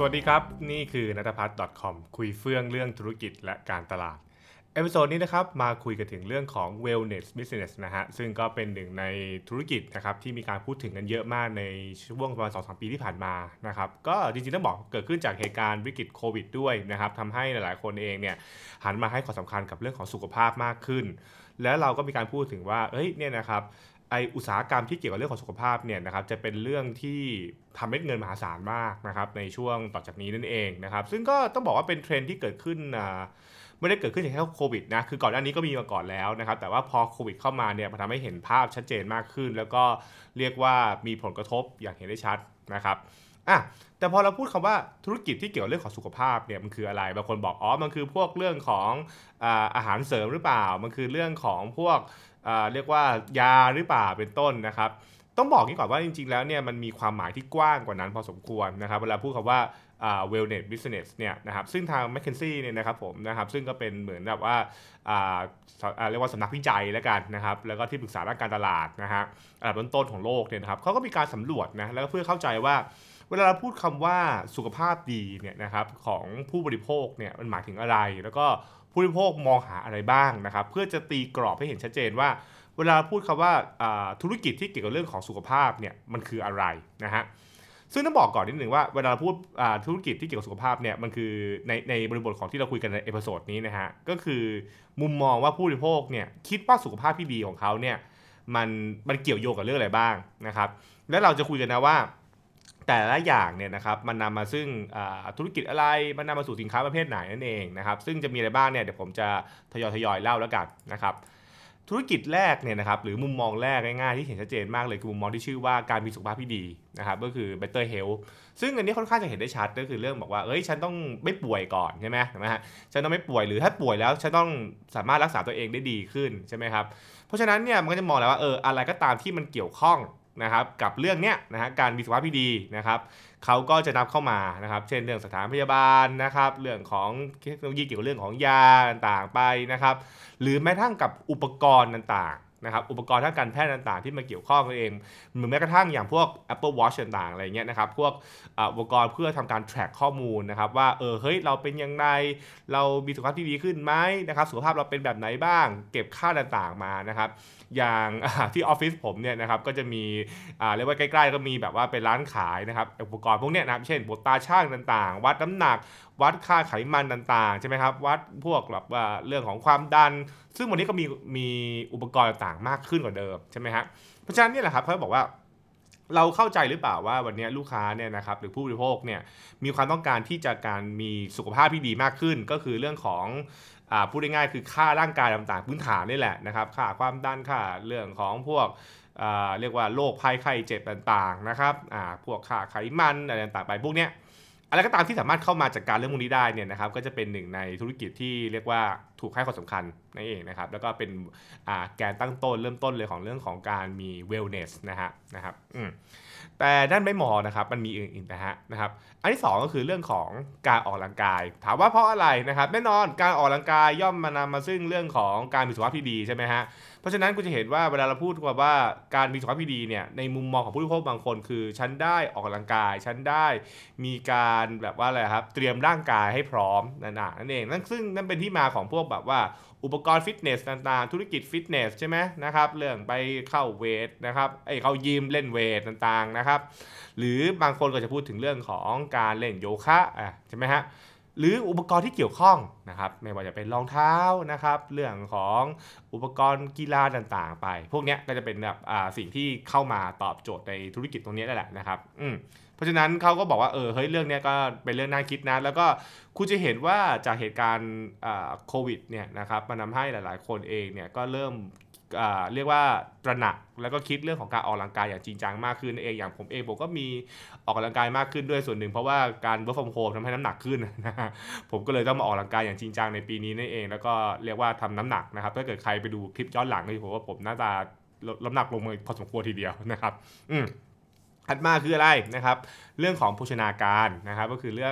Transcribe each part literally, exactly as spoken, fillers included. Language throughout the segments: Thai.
วัสดีครับนี่คือนัทพัฒน์ .com คุยเฟื่องเรื่องธุรกิจและการตลาดเอพิโซดนี้นะครับมาคุยกันถึงเรื่องของ wellness business นะฮะซึ่งก็เป็นหนึ่งในธุรกิจนะครับที่มีการพูดถึงกันเยอะมากในช่วงประมาณ สองถึงสาม ปีที่ผ่านมานะครับก็จริงๆต้องบอกเกิดขึ้นจากเหตุการณ์วิกฤตโควิดด้วยนะครับทำให้หลายๆคนเองเนี่ยหันมาให้ความสำคัญกับเรื่องของสุขภาพมากขึ้นแล้วเราก็มีการพูดถึงว่าเอ้ยเนี่ยนะครับไออุตสาหกรรมที่เกี่ยวกับเรื่องของสุขภาพเนี่ยนะครับจะเป็นเรื่องที่ทำเม็ดเงินมหาศาลมากนะครับในช่วงต่อจากนี้นั่นเองนะครับซึ่งก็ต้องบอกว่าเป็นเทรนด์ที่เกิดขึ้นอ่าไม่ได้เกิดขึ้นแค่โควิดนะคือก่อนหน้านี้ก็มีมาก่อนแล้วนะครับแต่ว่าพอโควิดเข้ามาเนี่ยมันทำให้เห็นภาพชัดเจนมากขึ้นแล้วก็เรียกว่ามีผลกระทบอย่างเห็นได้ชัดนะครับอ่ะแต่พอเราพูดคำว่าธุรกิจที่เกี่ยวกับเรื่องของสุขภาพเนี่ยมันคืออะไรบางคนบอกอ๋อมันคือพวกเรื่องของอ่าอาหารเสริมหรือเปล่ามันคือเรื่องของพวก อ่าเรียกว่ายาหรือเปล่าเป็นต้นนะครับต้องบอกงี้ก่อนว่าจริงๆแล้วเนี่ยมันมีความหมายที่กว้างกว่านั้นพอสมควรนะครับเวลาพูดคำว่าอ่า wellness business เนี่ยนะครับซึ่งทาง McKinsey เนี่ยนะครับผมนะครับซึ่งก็เป็นเหมือนแบบว่าอ่าอ่าเรียกว่าสำนักวิจัยแล้วกันนะครับแล้วก็ที่ปรึกษาด้านการตลาดนะฮะอันดับต้นๆของโลกเนี่ยนะครับเขาก็มีการสำรวจนะแล้วก็เพื่อเข้าใจว่าเวลาเราพูดคำว่าสุขภาพดีเนี่ยนะครับของผู้บริโภคเนี่ยมันหมายถึงอะไรแล้วก็ผู้บริโภคมองหาอะไรบ้างนะครับเพื่อจะตีกรอบให้เห็นชัดเจนว่าเวลาพูดคำว่าธุรกิจที่เกี่ยวกับเรื่องของสุขภาพเนี่ยมันคืออะไรนะฮะซึ่งต้องบอกก่อนนิดหนึ่งว่าเวลาเราพูดธุรกิจที่เกี่ยวกับสุขภาพเนี่ยมันคือในในบริบทของที่เราคุยกันในเอพิโซดนี้นะฮะก็คือมุมมองว่าผู้บริโภคเนี่ยคิดว่าสุขภาพที่ดีของเขาเนี่ยมันมันเกี่ยวโยงกับเรื่องอะไรบ้างนะครับและเราจะคุยกันนะว่าแต่ละอย่างเนี่ยนะครับมันนำมาซึ่งธุรกิจอะไรมันนำมาสู่สินค้าประเภทไหนนั่นเองนะครับซึ่งจะมีอะไรบ้างเนี่ยเดี๋ยวผมจะทยอยทยอยเล่าแล้วกันนะครับธุรกิจแรกเนี่ยนะครับหรือมุมมองแรกง่ายๆที่เห็นชัดเจนมากเลยคือมุมมองที่ชื่อว่าการมีสุขภาพที่ดีนะครับก็คือ better health ซึ่งอันนี้ค่อนข้างจะเห็นได้ชัดก็คือเรื่องบอกว่าเอ้ยฉันต้องไม่ป่วยก่อนใช่ไหมใช่ไหมฮะฉันต้องไม่ป่วยหรือถ้าป่วยแล้วฉันต้องสามารถรักษาตัวเองได้ดีขึ้นใช่ไหมครับเพราะฉะนั้นเนี่ยมันก็จะมองแล้วว่าเอออะไรก็ตามที่มันเกี่ยวข้องนะครับกับเรื่องเนี้ยนะฮะการมีสุขภาพที่ดีนะครับเขาก็จะนับเข้ามานะครับเช่นเรื่องสถานพยาบาลนะครับเรื่องของเทคโนโลยีเกี่ยวกับเรื่องของยาต่างๆไปนะครับหรือแม้กระทั่งกับอุปกรณ์ต่างๆนะครับอุปกรณ์ทางการแพทย์ต่างๆที่มาเกี่ยวข้องเองหรือแม้กระทั่งอย่างพวก Apple Watch ต่างๆอะไรเงี้ยนะครับพวกอุปกรณ์เพื่อทำการ track ข้อมูลนะครับว่าเออเฮ้ยเราเป็นยังไงเรามีสุขภาพที่ดีขึ้นไหมนะครับสุขภาพเราเป็นแบบไหนบ้างเก็บค่าต่างๆมานะครับอย่างที่ออฟฟิศผมเนี่ยนะครับก็จะมีเรียกว่าใกล้ๆก็มีแบบว่าเป็นร้านขายนะครับอุปกรณ์พวกเนี้ยนะครับเช่นพวกตาช่างต่างๆวัดน้ำหนักวัดค่าไขมันต่างๆใช่ไหมครับวัดพวกแบบว่าเรื่องของความดันซึ่งวันนี้ก็มีมีอุปกรณ์ต่างๆมากขึ้นกว่าเดิมใช่ไหมฮะเพราะฉะนั้นนี่แหละครับเขาบอกว่าเราเข้าใจหรือเปล่าว่าวันนี้ลูกค้าเนี่ยนะครับหรือผู้บริโภคเนี่ยมีความต้องการที่จะการมีสุขภาพที่ดีมากขึ้นก็คือเรื่องของอ่าพูดง่ายๆคือค่าร่างกายต่างๆพื้นฐานนี่แหละนะครับค่าความดันค่าเรื่องของพวกอ่าเรียกว่าโรคภัยไข้เจ็บต่างๆนะครับอ่าพวกค่าไขมันอะไรต่างๆไปพวกเนี้ยอะไรก็ตามที่สามารถเข้ามาจัดการเรื่องพวกนี้ได้เนี่ยนะครับก็จะเป็นหนึ่งในธุรกิจที่เรียกว่าถูกให้ความสำคัญนั่นเองนะครับแล้วก็เป็นอ่าแกนตั้งต้นเริ่มต้นเลยของเรื่องของการมี wellness นะฮะนะครับอืมแต่นั่นไม่หมอนะครับมันมีอื่นๆนะฮะนะครับอันที่สองก็คือเรื่องของการออกกำลังกายถามว่าเพราะอะไรนะครับแน่นอนการออกกำลังกายย่อมมานำมาซึ่งเรื่องของการมีสุขภาพที่ดีใช่ไหมฮะเพราะฉะนั้นคุณจะเห็นว่าเวลาเราพูดว่าการมีสุขภาพที่ดีเนี่ยในมุมมองของผู้บริโภคบางคนคือฉันได้ออกกำลังกายฉันได้มีการแบบว่าอะไรครับเตรียมร่างกายให้พร้อมนั่นน่ะนั่นเองนั่นซึ่งนั่นเป็นที่มาของพวกแบบว่าอุปกรณ์ฟิตเนสต่างๆธุรกิจฟิตเนสใช่ไหมนะครับเรื่องไปเข้าเวทนะครับไอ้เข้ายิมเล่นเวทต่างๆนะครับหรือบางคนก็จะพูดถึงเรื่องของการเล่นโยคะอ่ะใช่ไหมฮะหรืออุปกรณ์ที่เกี่ยวข้องนะครับไม่ว่าจะเป็นรองเท้านะครับเรื่องของอุปกรณ์กีฬาต่างๆไปพวกนี้ก็จะเป็นแบบอ่าสิ่งที่เข้ามาตอบโจทย์ในธุรกิจตรงนี้นั่นแหละนะครับอืมเพราะฉะนั้นเขาก็บอกว่าเออเฮ้ยเรื่องนี้ก็เป็นเรื่องน่าคิดนะแล้วก็คุณจะเห็นว่าจากเหตุการณ์โควิดเนี่ยนะครับมันทำให้หลายๆคนเองเนี่ยก็เริ่มเรียกว่าตระหนักแล้วก็คิดเรื่องของการออกกำลังกายอย่างจริงจังมากขึ้นเองอย่างผมเองผมก็มีออกกำลังกายมากขึ้นด้วยส่วนหนึ่งเพราะว่าการ work from home ทำให้น้ำหนักขึ้นนะฮะผมก็เลยต้องมาออกกำลังกายอย่างจริงจังในปีนี้นั่นเองแล้วก็เรียกว่าทำน้ำหนักนะครับถ้าเกิดใครไปดูคลิปย้อนหลังนี่ผมว่าผมน่าจะลดน้ำหนักลงมาพอสมควรทีเดียวนะครับอืมถัดมาคืออะไรนะครับเรื่องของโภชนาการนะครับก็คือเรื่อง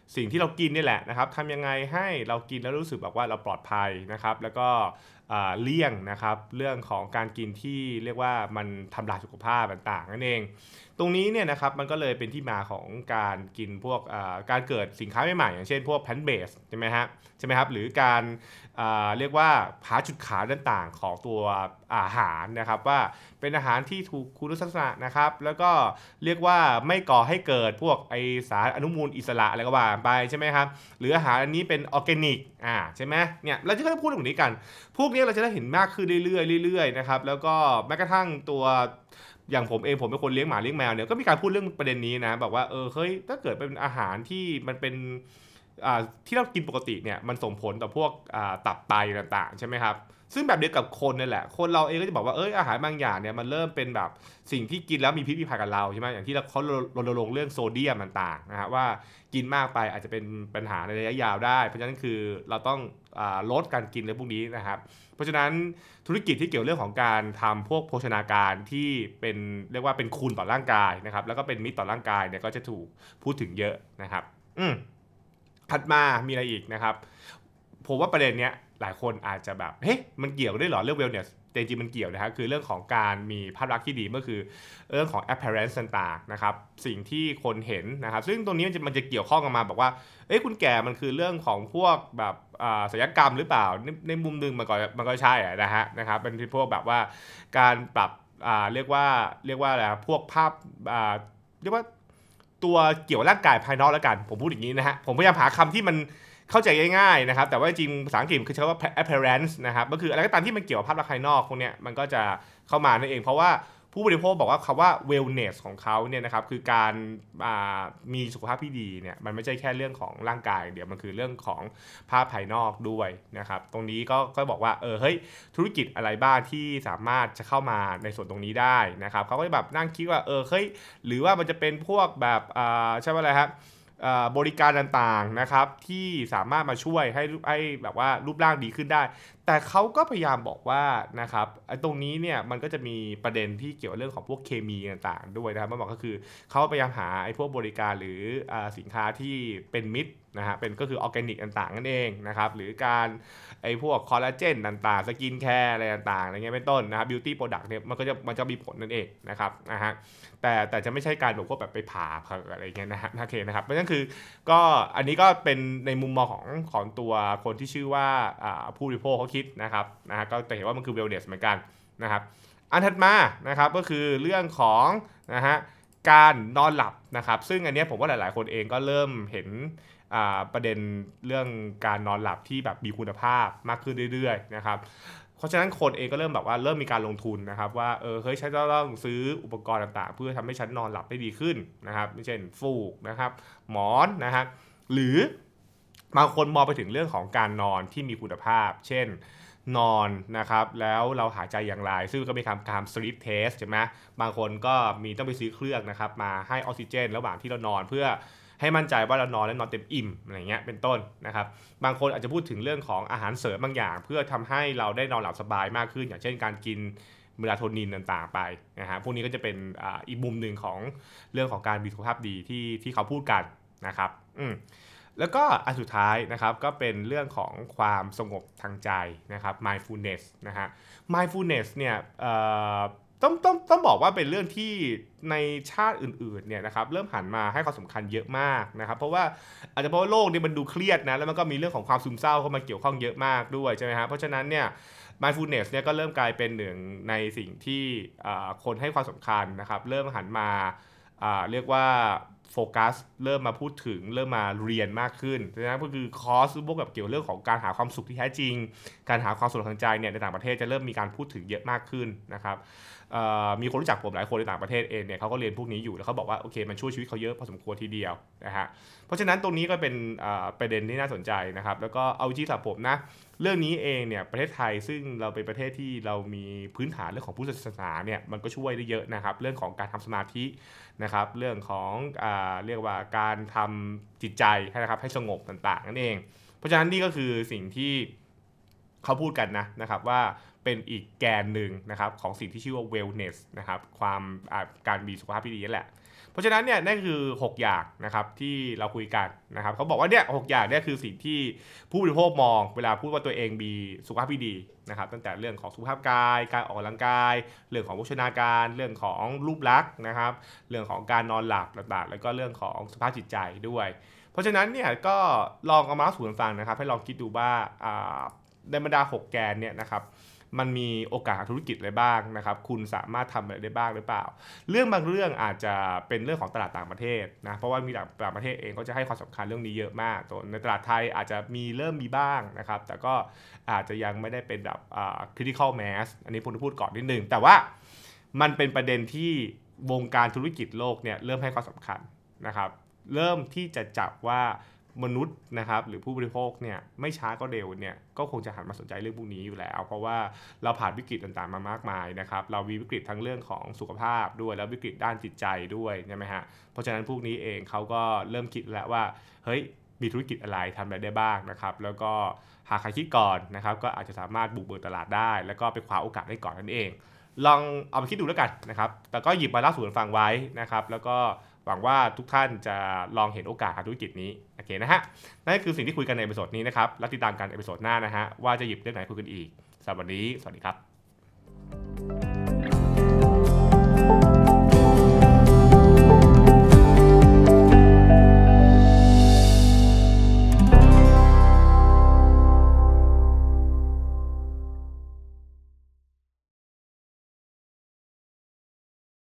สิ่งที่เรากินนี่แหละนะครับทำยังไงให้เรากินแล้วรู้สึกแบบว่าเราปลอดภัยนะครับแล้วก็เลี่ยงนะครับเรื่องของการกินที่เรียกว่ามันทำลายสุขภาพต่างๆนั่นเองตรงนี้เนี่ยนะครับมันก็เลยเป็นที่มาของการกินพวกการเกิดสินค้าใหม่ๆอย่างเช่นพวกแพลนท์เบสใช่ไหมฮะใช่ไหมครับหรือการเรียกว่าหาจุดขายต่างๆของตัวอาหารนะครับว่าเป็นอาหารที่ถูกคุณลักษณะนะครับแล้วก็เรียกว่าไม่ก่อให้เกิดพวกไอสารอนุมูลอิสระอะไรก็ว่าไปใช่ไหมครับหรืออาหารอันนี้เป็นออร์แกนิกอ่าใช่ไหมเนี่ยเราจะก็จะพูดถึงนี้กันพวกนี้เราจะได้เห็นมากขึ้นเรื่อยๆเรื่อยๆนะครับแล้วก็แม้กระทั่งตัวอย่างผมเองผมเป็นคนเลี้ยงหมาเลี้ยงแมวเนี่ยก็มีการพูดเรื่องประเด็นนี้นะบอกว่าเออเฮ้ยถ้าเกิดเป็นอาหารที่มันเป็นที่เรากินปกติเนี่ยมันส่งผลต่อพวกตับไตต่างๆใช่ไหมครับซึ่งแบบเดียวกับคนนี่แหละคนเราเองก็จะบอกว่าเอออาหารบางอย่างเนี่ยมันเริ่มเป็นแบบสิ่งที่กินแล้วมีพิษมีภัยกับเราใช่ไหมอย่างที่เขารณรงค์เรื่องโซเดียมต่างๆนะฮะว่ากินมากไปอาจจะเป็นปัญหาในระยะยาวได้เพราะฉะนั้นคือเราต้องลดการกินในพวกนี้นะครับเพราะฉะนั้นธุรกิจที่เกี่ยวเรื่องของการทำพวกโภชนาการที่เป็นเรียกว่าเป็นคุณต่อร่างกายนะครับแล้วก็เป็นมิตรต่อร่างกายเนี่ยก็จะถูกพูดถึงเยอะนะครับอืมถัดมามีอะไรอีกนะครับผมว่าประเด็นเนี้ยหลายคนอาจจะแบบเฮ้ยมันเกี่ยวด้วยเหรอเรื่อง wellness แต่จริงๆมันเกี่ยวนะครับคือเรื่องของการมีภาพลักษณ์ที่ดีก็คือเรื่องของ appearance ต่างๆนะครับสิ่งที่คนเห็นนะครับซึ่งตรงนี้มันจะมันจะเกี่ยวข้องกันมาบอกว่าเอ้ยคุณแก่มันคือเรื่องของพวกแบบศัลยกรรมหรือเปล่าในในมุมนึงมันก็มันก็ใช่นะฮะนะครับเป็นพวกแบบว่าการปรับเรียกว่าเรียกว่าอะไรพวกภาพเรียกว่าตัวเกี่ยวกับร่างกายภายนอกแล้วกันผมพูดอย่างนี้นะฮะผมพยายามหาคำที่มันเข้าใจง่ายๆนะครับแต่ว่าจริงภาษาอังกฤษคือใช้ว่า appearance นะครับก็คืออะไรก็ตามที่มันเกี่ยวกับภาพลักษณ์ภายนอกพวกเนี้ยมันก็จะเข้ามานั่นเองเพราะว่าผู้บริโภคบอกว่าคำว่า wellness ของเขาเนี่ยนะครับคือการมีสุขภาพที่ดีเนี่ยมันไม่ใช่แค่เรื่องของร่างกายเดี๋ยวมันคือเรื่องของภาพภายนอกด้วยนะครับตรงนี้ก็ก็บอกว่าเออเฮ้ยธุรกิจอะไรบ้างที่สามารถจะเข้ามาในส่วนตรงนี้ได้นะครับเขาก็แบบนั่งคิดว่าเออเฮ้ยหรือว่ามันจะเป็นพวกแบบใช่ไหมอะไรครับบริการต่างๆนะครับที่สามารถมาช่วยให้ให้แบบว่ารูปร่างดีขึ้นได้แต่เขาก็พยายามบอกว่านะครับไอ้ตรงนี้เนี่ยมันก็จะมีประเด็นที่เกี่ยวกับเรื่องของพวกเคมีต่างๆด้วยนะครับมันบอกก็คือเขาพยายามหาไอ้พวกบริการหรือสินค้าที่เป็นมิตรนะฮะเป็นก็คือออร์แกนิกต่างๆนั่นเองนะครับหรือการไอ้พวกคอลลาเจนต่างๆสกินแคร์อะไรต่างๆอะไรเงี้ยเป็นต้นนะครับบิวตี้โปรดักต์เนี่ยมันก็จะมันจะมีผลนั่นเองนะครับนะฮะแต่แต่จะไม่ใช่การแบบพวกแบบไปผ่าอะไรเงี้ยนะฮะโอเคนะครับเพราะฉะนั้นคือก็อันนี้ก็เป็นในมุมมองของของตัวคนที่ชื่อว่าผู้บริโภคเขาคิดนะครับนะฮะก็จะเห็นว่ามันคือ wellness เหมือนกันนะครับอันถัดมานะครับก็คือเรื่องของนะฮะการนอนหลับนะครับซึ่งอันนี้ผมว่าหลายๆคนเองก็เริ่มเห็นประเด็นเรื่องการนอนหลับที่แบบมีคุณภาพมากขึ้นเรื่อยๆนะครับเพราะฉะนั้นคนเองก็เริ่มแบบว่าเริ่มมีการลงทุนนะครับว่าเออเฮ้ยฉันจะต้องซื้ออุปกรณ์ต่างๆเพื่อทำให้ฉันนอนหลับได้ดีขึ้นนะครับเช่นฟูกนะครับหมอนนะฮะหรือบางคนมองไปถึงเรื่องของการนอนที่มีคุณภาพเช่นนอนนะครับแล้วเราหายใจอย่างไรซึ่งก็มีการทำ sleep test ใช่ไหมบางคนก็มีต้องไปซื้อเครื่องนะครับมาให้ออกซิเจนระหว่างที่เรานอนเพื่อให้มั่นใจว่าเรานอนแล้วนอนเต็มอิ่มอะไรเงี้ยเป็นต้นนะครับบางคนอาจจะพูดถึงเรื่องของอาหารเสริมบางอย่างเพื่อทำให้เราได้นอนหลับสบายมากขึ้นอย่างเช่นการกินเมลาโทนินต่างๆไปนะฮะพวกนี้ก็จะเป็น อ, อีกมุมหนึ่งของเรื่องของการมีสุขภาพดีที่ที่เขาพูดกันนะครับอืมแล้วก็อันสุดท้ายนะครับก็เป็นเรื่องของความสงบทางใจนะครับ mindfulness นะฮะ mindfulness เนี่ยต้องต้องต้องบอกว่าเป็นเรื่องที่ในชาติอื่นๆเนี่ยนะครับเริ่มหันมาให้ความสำคัญเยอะมากนะครับเพราะว่าอาจจะเพราะว่าโลกนี้มันดูเครียดนะแล้วมันก็มีเรื่องของความซึมเศร้าเข้ามาเกี่ยวข้องเยอะมากด้วยใช่ไหมครับเพราะฉะนั้นเนี่ย mindfulness เนี่ยก็เริ่มกลายเป็นหนึ่งในสิ่งที่คนให้ความสำคัญนะครับเริ่มหันมาเรียกว่าโฟกัสเริ่มมาพูดถึงเริ่มมาเรียนมากขึ้นนะก็คือคอร์สพวกแบบเกี่ยวเรื่องของการหาความสุขที่แท้จริงการหาความสุขทางใจเนี่ยในต่างประเทศจะเริ่มมีการพูดถึงเยอะมากขึ้นนะครับมีคนรู้จักผมหลายคนในต่างประเทศเองเนี่ยเขาก็เรียนพวกนี้อยู่แล้วเขาบอกว่าโอเคมันช่วยชีวิตเขาเยอะพอสมควรทีเดียวนะฮะเพราะฉะนั้นตรงนี้ก็เป็นประเด็นที่น่าสนใจนะครับแล้วก็เอาจริงๆสำหรับผมนะเรื่องนี้เองเนี่ยประเทศไทยซึ่งเราเป็นประเทศที่เรามีพื้นฐานเรื่องของพุทธศาสนาเนี่ยมันก็ช่วยได้เยอะนะครับเรื่องของการทำสมาธินะครับเรื่องของอ่าเรียกว่าการทำจิตใจให้นะครับให้สงบต่างๆนั่นเองเพราะฉะนั้นนี่ก็คือสิ่งที่เขาพูดกันนะนะครับว่าเป็นอีกแกนหนึ่งนะครับของสิ่งที่ชื่อว่า wellness นะครับความการมีสุขภาพที่ดีนั่นแหละเพราะราะฉะนั้นเนี่ยนั่นคือหกอย่างนะครับที่เราคุยกันนะครับเขาบอกว่าเนี่ยหกอย่างเนี่ยคือสิ่งที่ผู้บริโภคมองเวลาพูดว่าตัวเองมีสุขภาพที่ดีนะครับตั้งแต่เรื่องของสุขภาพกายการออกกำลังกายเรื่องของโภชนาการเรื่องของรูปลักษณ์นะครับเรื่องของการนอนหลับต่างๆแล้วก็เรื่องของสภาพจิตใจด้วยเพราะฉะนั้นเนี่ยก็ลองเอามาสู่กันฟังนะครับให้ลองคิดดูว่าในบรรดาหกแกนเนี่ยนะครับมันมีโอกาสธุรกิจอะไรบ้างนะครับคุณสามารถทำอะไรได้บ้างหรือเปล่าเรื่องบางเรื่องอาจจะเป็นเรื่องของตลาดต่างประเทศนะเพราะว่ามีต่างประเทศเองก็จะให้ความสำคัญเรื่องนี้เยอะมากตัวในตลาดไทยอาจจะมีเริ่มมีบ้างนะครับแต่ก็อาจจะยังไม่ได้เป็นแบบอ่า critical mass อันนี้ผมจะพูดก่อนนิดนึงแต่ว่ามันเป็นประเด็นที่วงการธุรกิจโลกเนี่ยเริ่มให้ความสำคัญนะครับเริ่มที่จะจับว่ามนุษย์นะครับหรือผู้บริโภคเนี่ยไม่ช้าก็เร็วเนี่ยก็คงจะหันมาสนใจเรื่องพวกนี้อยู่แล้วเพราะว่าเราผ่านวิกฤตต่างๆมามากมายนะครับเรามีวิกฤตทั้งเรื่องของสุขภาพด้วยแล้ววิกฤตด้านจิตใจด้วยใช่ไหมฮะเพราะฉะนั้นพวกนี้เองเขาก็เริ่มคิดแล้วว่าเฮ้ยมีธุรกิจอะไรทำอะไรได้บ้างนะครับแล้วก็หากใครคิดก่อนนะครับก็อาจจะสามารถบุกเบิกตลาดได้แล้วก็ไปคว้าโอกาสได้ก่อนนั่นเองลองเอาไปคิดดูแล้วกันนะครับแต่ก็หยิบมาเล่าสู่กันฟังไว้นะครับแล้วก็หวังว่าทุกท่านจะลองเห็นโอกาสทางธุรกิจนี้โอเคนะฮะนั่นคือสิ่งที่คุยกันในเอพิโซดนี้นะครับแล้วติดตามกันในเอพิโซดหน้านะฮะว่าจะหยิบเรื่องไหนคุยกันอีกสำหรับวันนี้สวัสดีครับ